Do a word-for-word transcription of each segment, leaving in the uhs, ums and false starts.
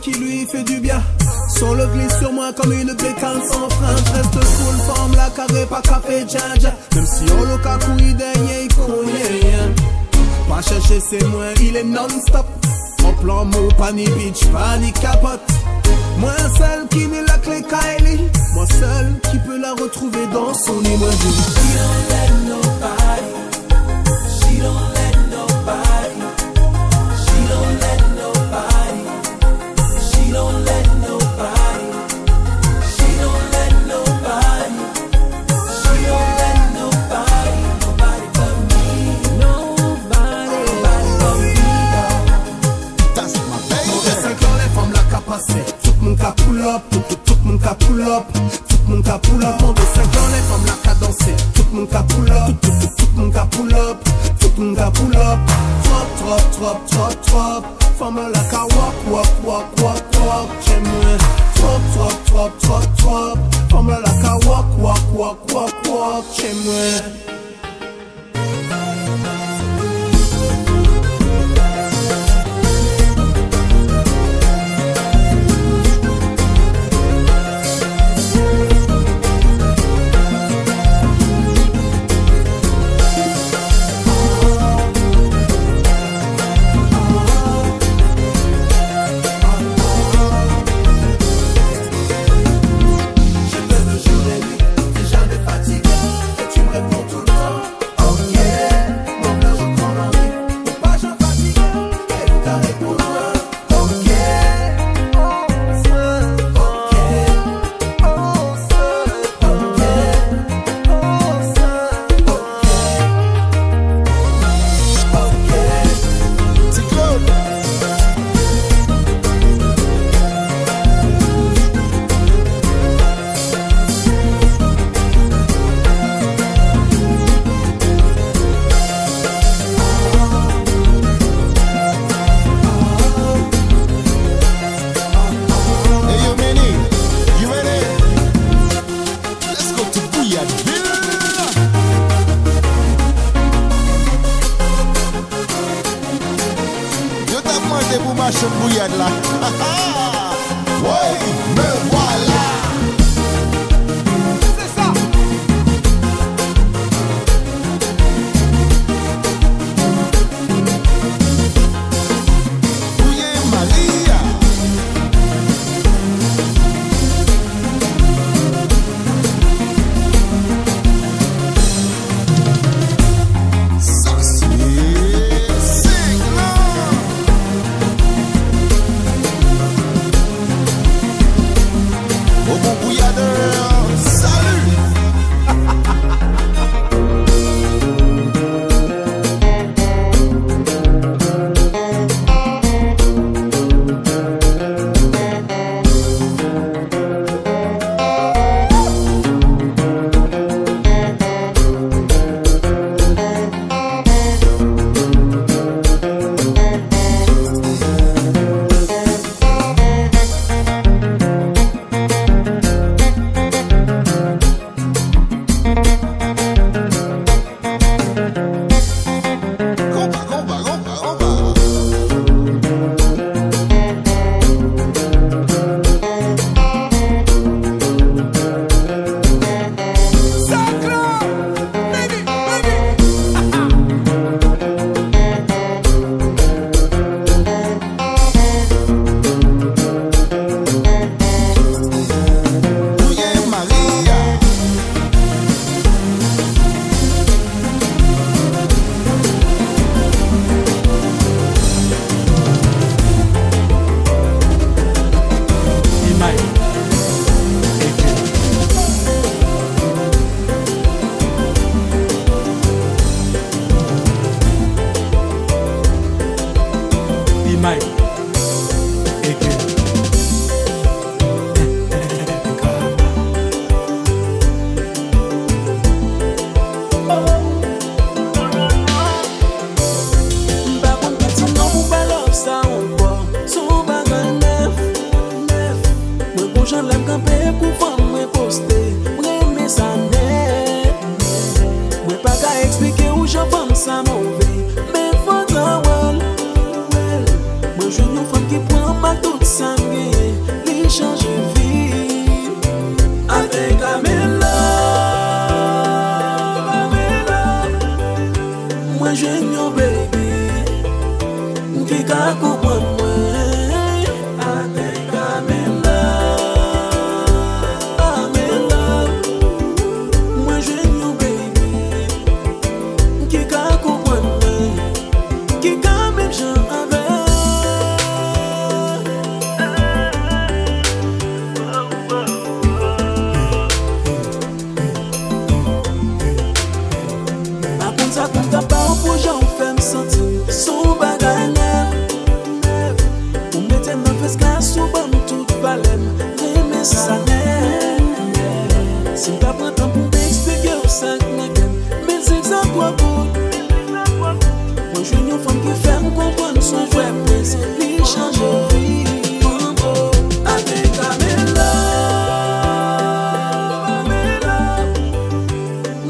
qui lui fait du bien. Son le glisse sur moi comme une bécane sans frein. Reste full forme la carré pas café djadja. Même si on le cacouille derrière il connaît. Pas chercher c'est moins, il est non-stop. En plan mot, pani bitch, pani capote. Moi seul qui met la clé Kylie. Moi seul qui peut la retrouver dans son lit. Moi je dis she don't let nobody. She don't let nobody. She don't let nobody. She don't let nobody. She don't let nobody. She don't let nobody. Nobody but me. Nobody. Nobody but me. That's my baby. Mauvais cinq ans les femmes la capacité. Tout mon cas pull up, tout, tout mon cas pull up, tout mon cas pull up. Mon de cinq ans les femmes la cadencer. Tout mon cas pull up, tout, tout, tout mon cas pull up, tout mon cas pull up. Trop, trop, trop, trop, trop. Femme la ka walk, walk, walk, walk, walk. J'aime moins. Trop, trop, trop, trop, trop. Femme la ka walk, walk, walk, walk, walk. J'aime moins.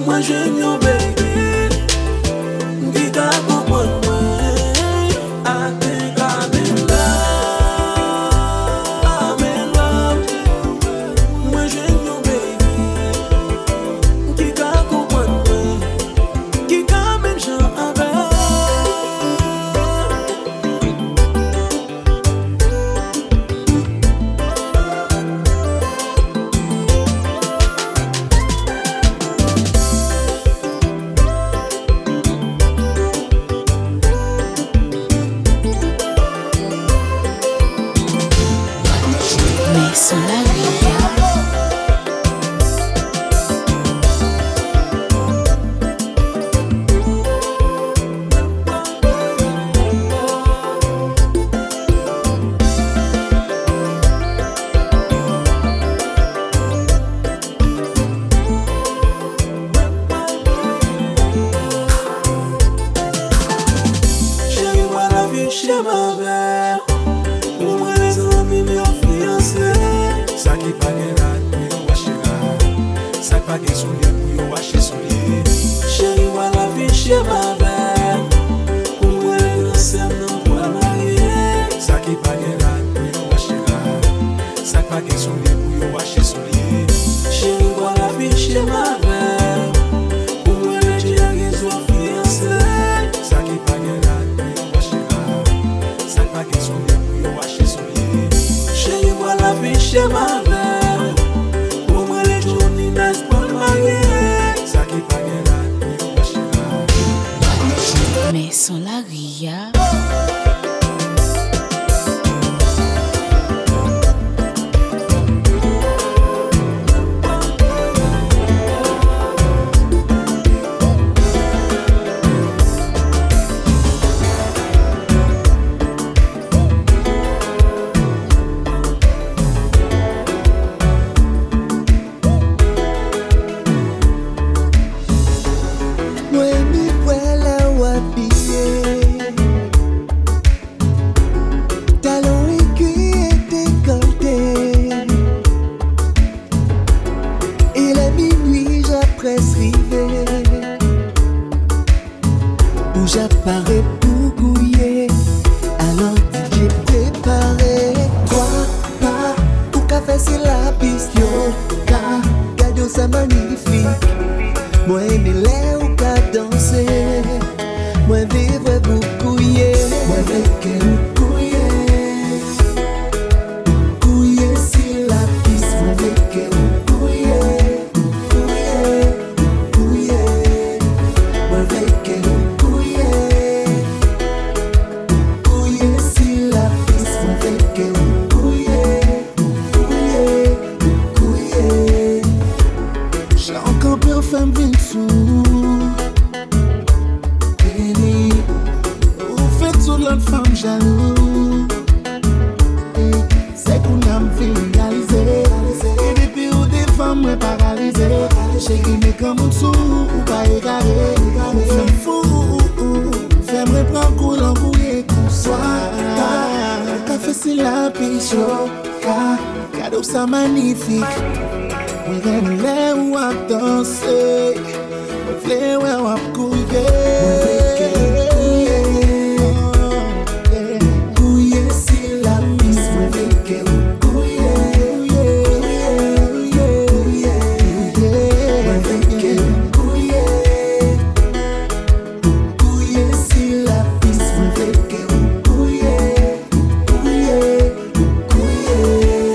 Moi j'aime your baby, qui t'a compris moi. I think I'm in love, I'm in love. Moi j'aime your baby, qui t'a compris moi, qui t'a même j'en avec. Sans la rivière. Chérie, moi la vie chez ma mère. Pour moi les amis, mes fiancés. Ça qui pas de rad pour yo wacher rad. Ça pas de soulier pour yo wacher soulier. Chérie, moi la vie chez ma mère. Pour moi les anciens non pas mariés. Ça qui pas de rad pour yo wacher rad. Ça pas de soulier pour yo wacher soulier. Chérie, moi la vie chez ma mère. Pour moi les chéris sont fiancés. Ça qui pas de rad pour yo wacher rad. Ça pas de soulier pour yo wacher soulier. Chérie, moi la vie chez ma mère. Pour moi les journées n'est pas mariés. Ça qui pas de rad pour yo wacher rad. Mais sans la rivière. J'apparais pour gouiller, alors D J préparé. Toi, pas, ou café c'est la piste, yo, car, cadeau ça magnifique. Moi aimer les ou qu'à danser, moi vivre pour couiller, moi avec elle couiller, couiller sur la piste, moi avec elle couiller, couiller, couiller, moi avec elle. Femme vin sou Béni Ou fait tout l'autre femme jaloux C'est qu'on a m'fait réaliser Et depuis ou des femmes m'est paralysé J'ai grimé comme un sou ou pas égaré Ou femme fou Femme reprend coup l'embrouillé qu'on soit Café c'est la pichot Cadeau ça magnifique We gonna let wap danser, we play we wap couiller, couiller, couiller sur la piste, we veke ou couiller, couiller, couiller, we veke ou couiller, couiller sur la piste, we veke ou couiller, couiller, couiller.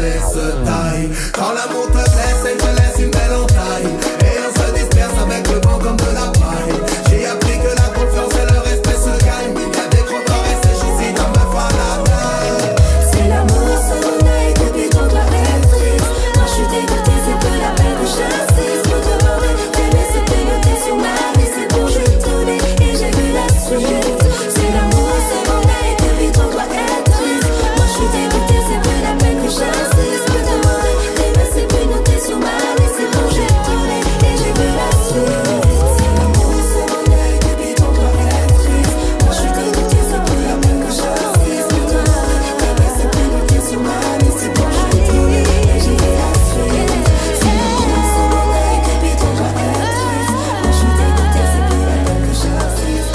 aller se taille. Quand l'amour te blesse, elle te laisse une belle entaille. Et on se disperse avec le vent comme de la paille. J'ai appris que la confiance et le respect se gagnent. Il y a des gros corps et sèches ici dans ma foi la taille. C'est l'amour, c'est mon œil, depuis qu'on doit être triste. Quand je suis dégoûtée, c'est peu la peine que j'insiste. Pour te voir, t'aimer, c'est plus noté sur ma liste. C'est bon, je tournais et j'ai vu la suite. C'est l'amour, c'est mon œil, depuis qu'on doit être triste. Moi je suis dégoûtée, c'est plus la peine que j'insiste. Pour te voir, t'aimer, c'est plus noté sur ma liste. C'est bon, j'ai tourné et j'ai vu la suite. C'est l'amour, c'est mon œil, depuis qu'on doit être triste. Moi je suis dégoûtée, c'est plus la peine que j'insiste. Pour te voir, t'aimer, c'est plus noté sur ma liste. C'est bon, j'ai tourné et j'ai vu la suite. C'est l'amour, c'est mon œil, depuis qu'on doit être triste. Moi je suis dégoûtée, c'est plus la peine que j'insiste.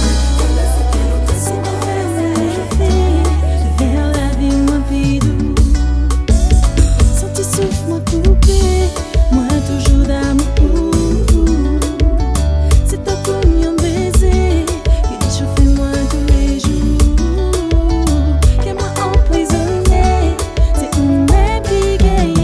Vers la vie, moi bidou. Sans tes souffles, moi coupé. Moi toujours d'amour. C'est ta combien baiser qui réchauffe moi tous les jours. Qu'elle m'a emprisonné. C'est où mes piquets.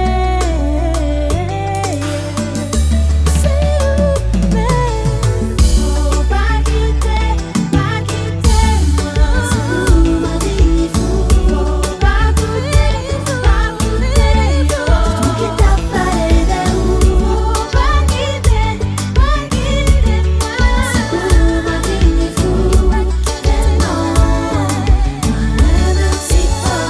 C'est où mes. Faut pas quitter, pas quitter moi. C'est où ma vie, faut pas goûter, pas goûter. Tout qui t'a parlé d'amour. Faut pas quitter, pas quitter moi. C'est où ma vie, faut pas quitter moi. Moi, si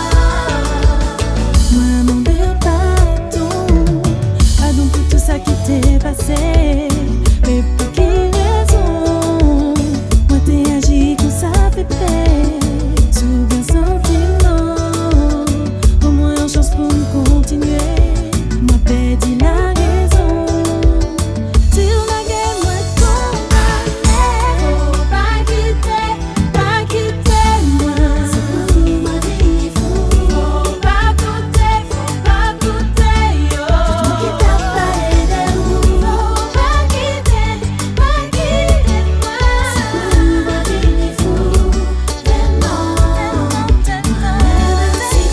fort. Moi, mon pardon, pardon pour tout ça qui t'est passé. Mais pour quelle raison, moi t'ai agi comme ça fait paix. Sous un sentiment, au moins une chance pour me continuer. Moi perdu la raison, sur la guerre moi condamné. Faut pas quitter, pas quitter moi. C'est où ma vie, faut Faut pas goûter, faut pas goûter yo. tout qui t'a parlé d'amour. Faut pas quitter, pas quitter moi. C'est où ma vie, faut tellement, tellement, si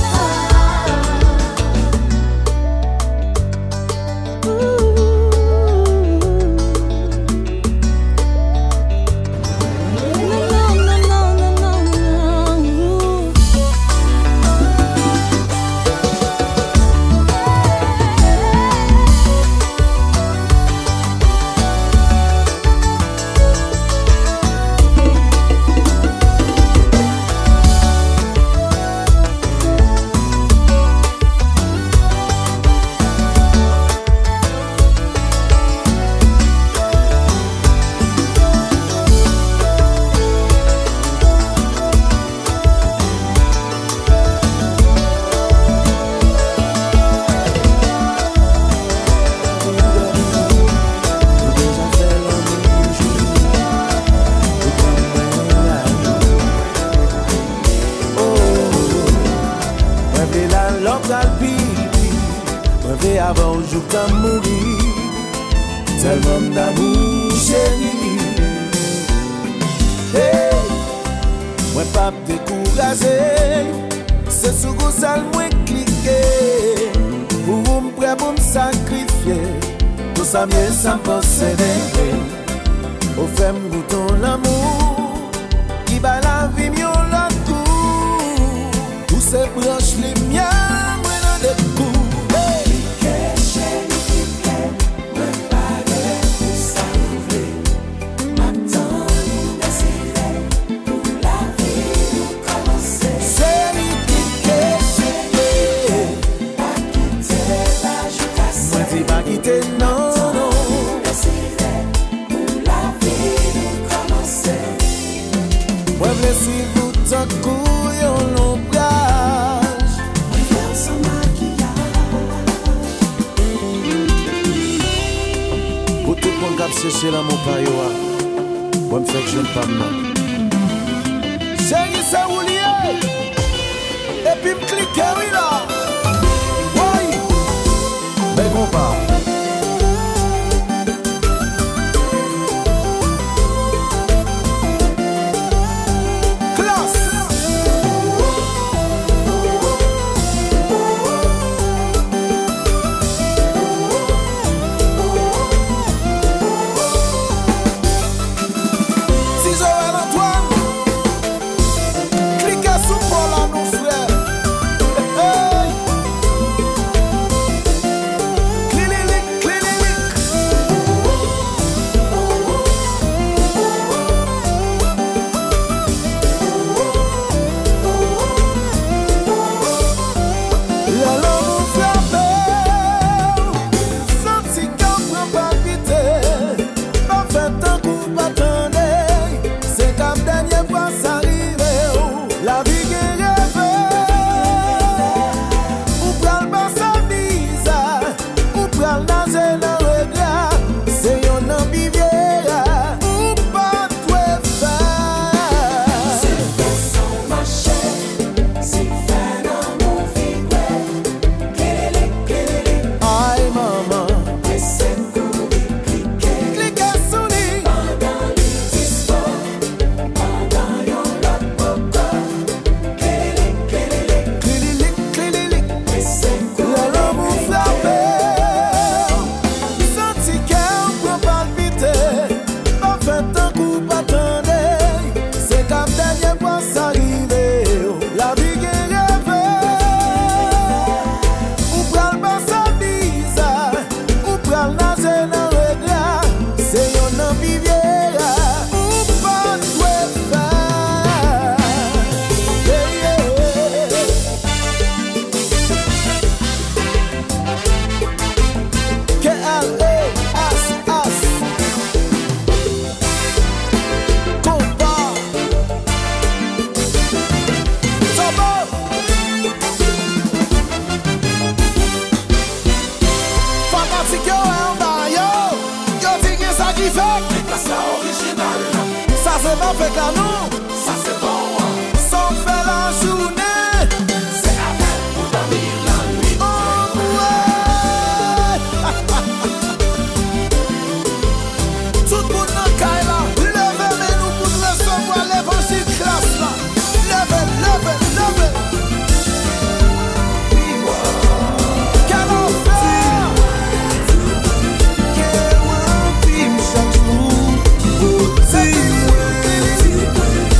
Non, non, non, non, non, non. Moi vais la lampe à pipi. Moi vais avant le jour t'as mouru. Tellement d'amour chérie. Hey, moi pas découragé. C'est sous gros sale moi cliquer. Pour me prêt pour me sacrifier. Tout ça mieux sans posséder. Au fait me goûtons l'amour. Qui bat la vie mieux l'autre coup. Tous ces branches les miens, moi dans des coups. Hey! Chérie, piqué, chérie. Moi dis pas quitter, non, non. Moi v'lais suivre ton couillon l'ombrage. Pour tout le monde qui a cherché l'amour par yo, moi me fait que je ne pas maintenant. Chérie, ça ou lié. Et puis me cliquer, oui là. Oui. Mais bon pas. Classe. c'est pas fait qu'à nous. Ça c'est bon. Sans faire la journée. C'est la fête pour dormir la nuit. Oh ouais. Tout le monde dans le caille là. Levez mais nous pour nous recevoir l'évangile classe là. Levez, levez, levez. Quel enfer. Quel film chaque jour. Oh, dis-moi.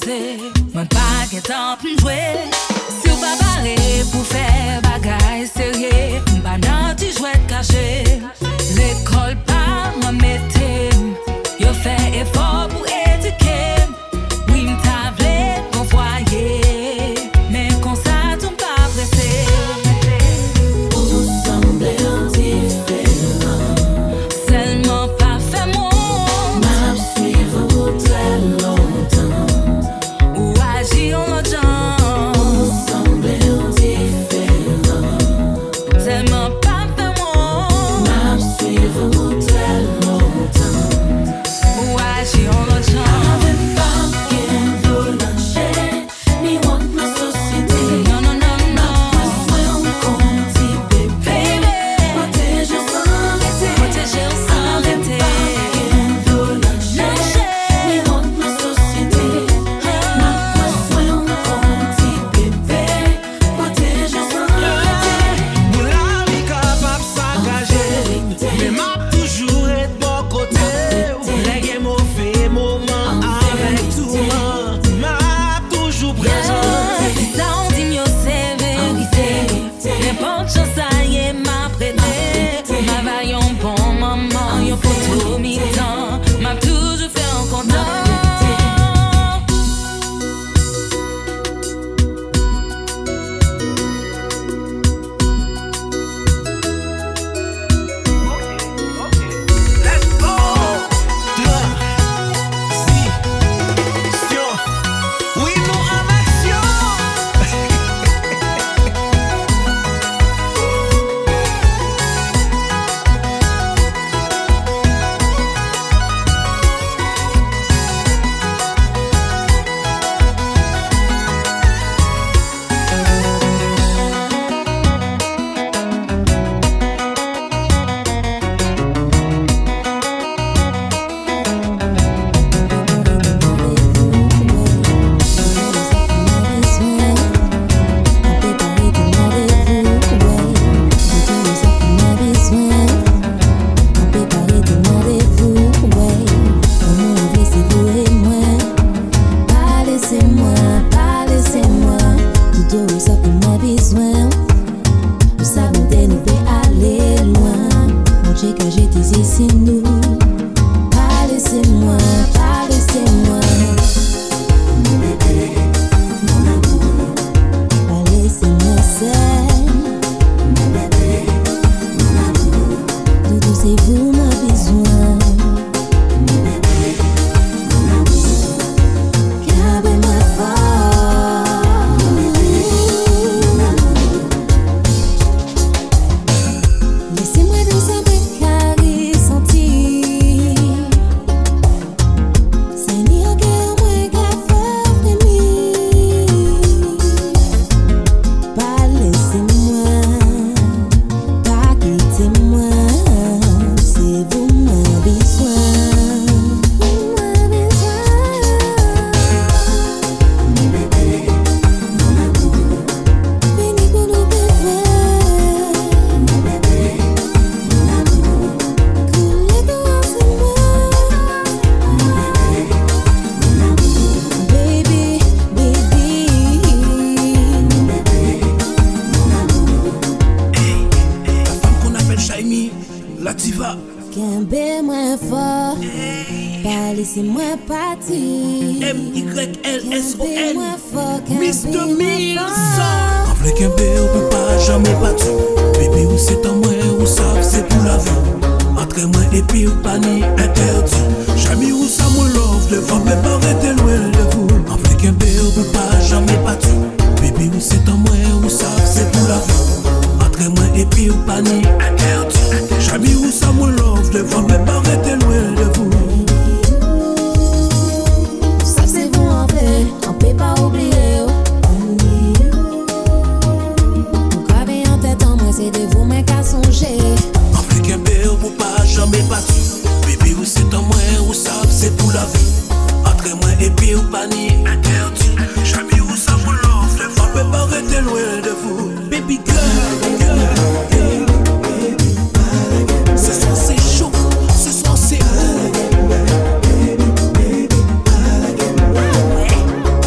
danser. Moi pas qu'un temps pour jouer. Si on va barrer pour faire bagaille sérieux. Pas dans tu jouets caché. L'école pas moi mettez. Yo fait effort pour éduquer. Oui m'table mon foyer. Mais quand ça tombe pas pressé. Vous semblez indifférent. Seulement pas fait moi. M'a suivre pour très longtemps. Ou agir en l'autre. Vous semblez indifférent. Seulement pas fait moi. M'a suivre pour très longtemps. Ou agir en l'autre. Avec pas qu'un dos lâché, ni honte ma société. Non, non, non, non. Moi on compte bébé. Protéger sans arrêter. Protéger sans arrêter. Avec pas qu'un dos lâché, ni honte ma société. Moi on compte bébé. Protéger sans arrêter. Pour la vie capable s'engager, mais m'a toujours été bon côté. Les mauvais moments avec tout le monde, m'a toujours présent. Ça on dit mieux c'est vérité. N'importe chose ça y est m'a prêté. Ma vaillant bon maman, yon pour tout mi-temps. M'a toujours fait un content. Let's go. Trois, six, sion. Oui, nous en action. Kembe moins fort, pas laissez-moi partir. M Y L S O Kembe N moins fort, Mister Kembe moins Milson. fort. Avec Kembe, on peut pas jamais battre. Bébé, ou c'est en moi, ou savent, c'est pour la vie. Entre moi et puis, ou pas ni interdit. Jamais ou ça, mon love, le vent, mais pas arrêter loin de vous. Avec Kembe, on peut pas jamais battre. Bébé, ou c'est en moi, ou savent, c'est pour la vie. Entre moi et puis, ou pas ni interdit. Jamais ou ça, mon love, le vent, mais pas arrêter loin de vous. Ça c'est vous en fait, on peut pas oublier. Vous gravez en tête en moi, c'est de vous mais qu'à songer. Avec un bé, on peut pas jamais battre. Bébé, ou c'est en moi, ou savent, c'est pour la vie. Entre moi et puis, ou pas ni interdit. Jamais ou ça, mon love, le vent, mais pas arrêter loin de vous. Baby girl, girl. Ce soir c'est chaud, ce soir c'est haut.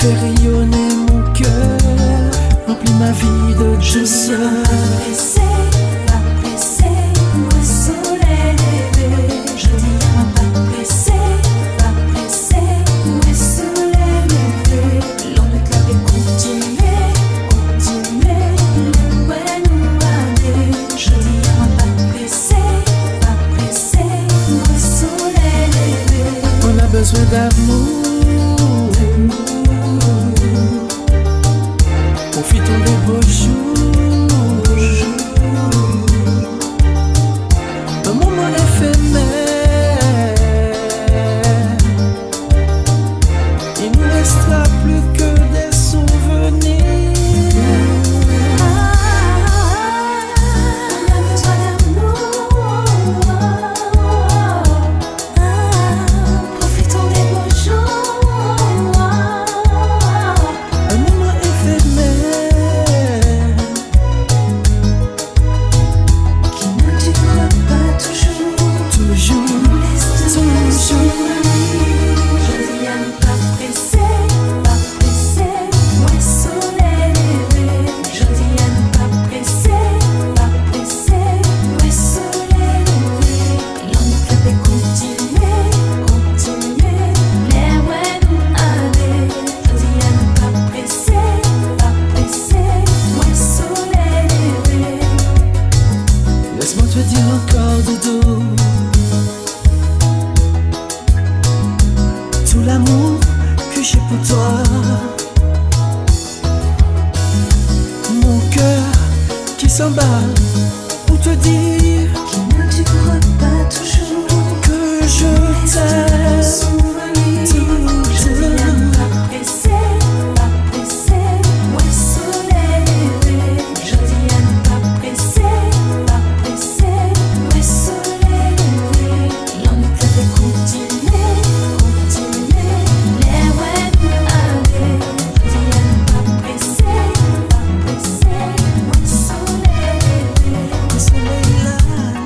fait rayonner mon cœur, remplis ma vie de douceur. Pressé, pas pressé, moi soleil levé. Je dis à moi pas pressé, pas pressé, moi soleil levé. L'on ne clave continuer, continuer, le ouais nous aller. Je dis à moi pas pressé, pas pressé, moi soleil levé. On a besoin d'amour. Profitons des beaux jours, un moment éphémère. Il ne nous restera plus que des souvenirs. On a besoin d'amour. Profitons des beaux jours. Un moment éphémère Qui ne dure pas toujours. toujours, toujours. Je dis à ne pas presser, pas presser, moi soleil levé. Je dis à ne pas presser, pas presser, moi soleil levé. L'on peut continuer, continuer, mais ouais nous aller. Je dis à ne pas presser, pas presser, moi soleil levé. Laisse-moi te dire encore, doudou, tout l'amour que j'ai pour toi. Mon cœur qui s'emballe pour te dire Qui ne dure pas toujours. que je t'aime. Je dis à ne pas presser, pas presser, moi soleil levé. Je dis à ne pas presser, pas presser, moi soleil levé. L'on ne peut continuer, continuer, les ouais nous aller. Je dis à ne pas presser, pas presser, moi soleil levé. Le soleil là,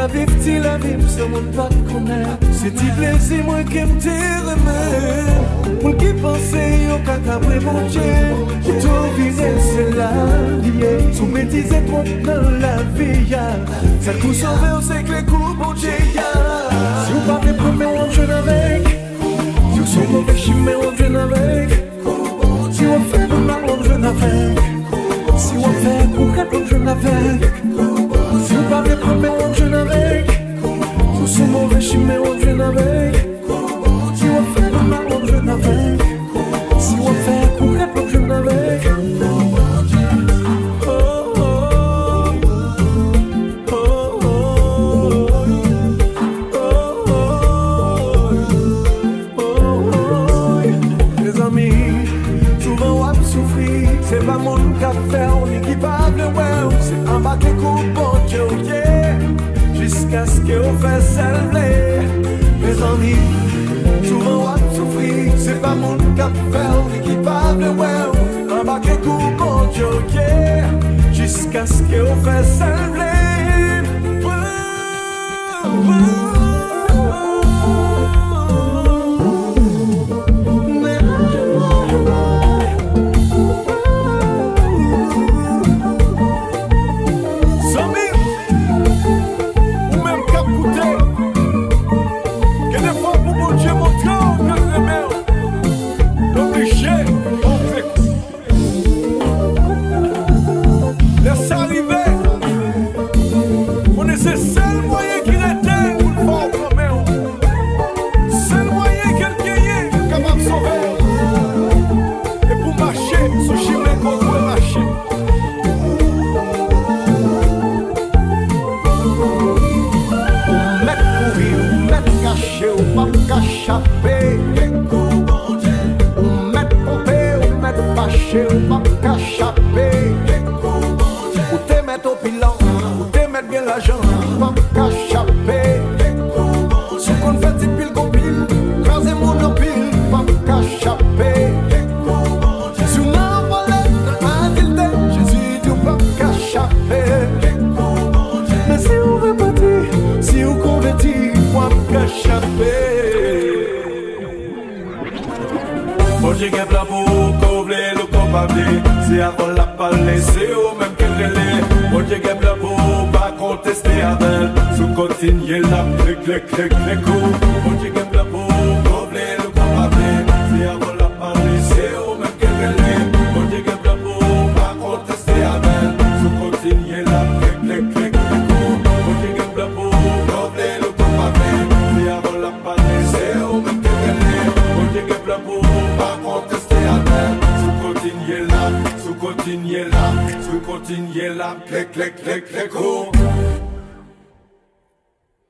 la vivre, ti la vivre, ce monde pas te connaître. C'est ti plaisir, moi qui me t'aime. Pour qui penser au caca, après mon Dieu. Pour tout viser, c'est la vie. Sous mes dix étoiles dans la vie. Ça coup sauvé, on sait que les coups, bon Dieu. Si vous parlez premier, on jeune avec. Si vous sont mauvais, chimé, on jeune avec. Si on fait de mal, on jeune avec. Si on fait courir, on jeune avec. Si vous parlez premier, on jeune avec. Si vous sont mauvais, chimé, on jeune avec. Si on fait de mal, on jeune avec. Si on fait courir, on jeune avec. C'est pas mon café, on est équipable, ouais. C'est un bac et coupe, bon Dieu, yeah. Jusqu'à ce qu'on fasse celle-là. Mes amis, souvent on souffrir. C'est pas mon café, on est équipable, ouais. C'est un bac et coupe, bon Dieu, yeah. Jusqu'à ce qu'on fasse celle-là. C'est avant la palais, c'est au même qu'elle relève. Bon Dieu qui est blanc pour pas contester avec. Sous continuer la clic, clic, clic, clic. Bon Dieu qui est blanc pour combler le coupable. C'est avant la palais, c'est au même qu'elle relève. Bon Dieu qui est blanc pour pas contester avec. Sous continuer la clic, clic, clic, clic. Bon Dieu qui est blanc pour combler le coupable. C'est avant la palais, c'est au même qu'elle relève. Bon Dieu qui est blanc pour pas contester avec. Continuez là, sous continuez là, sous continuez là, clic, clic, clic, clic, oh.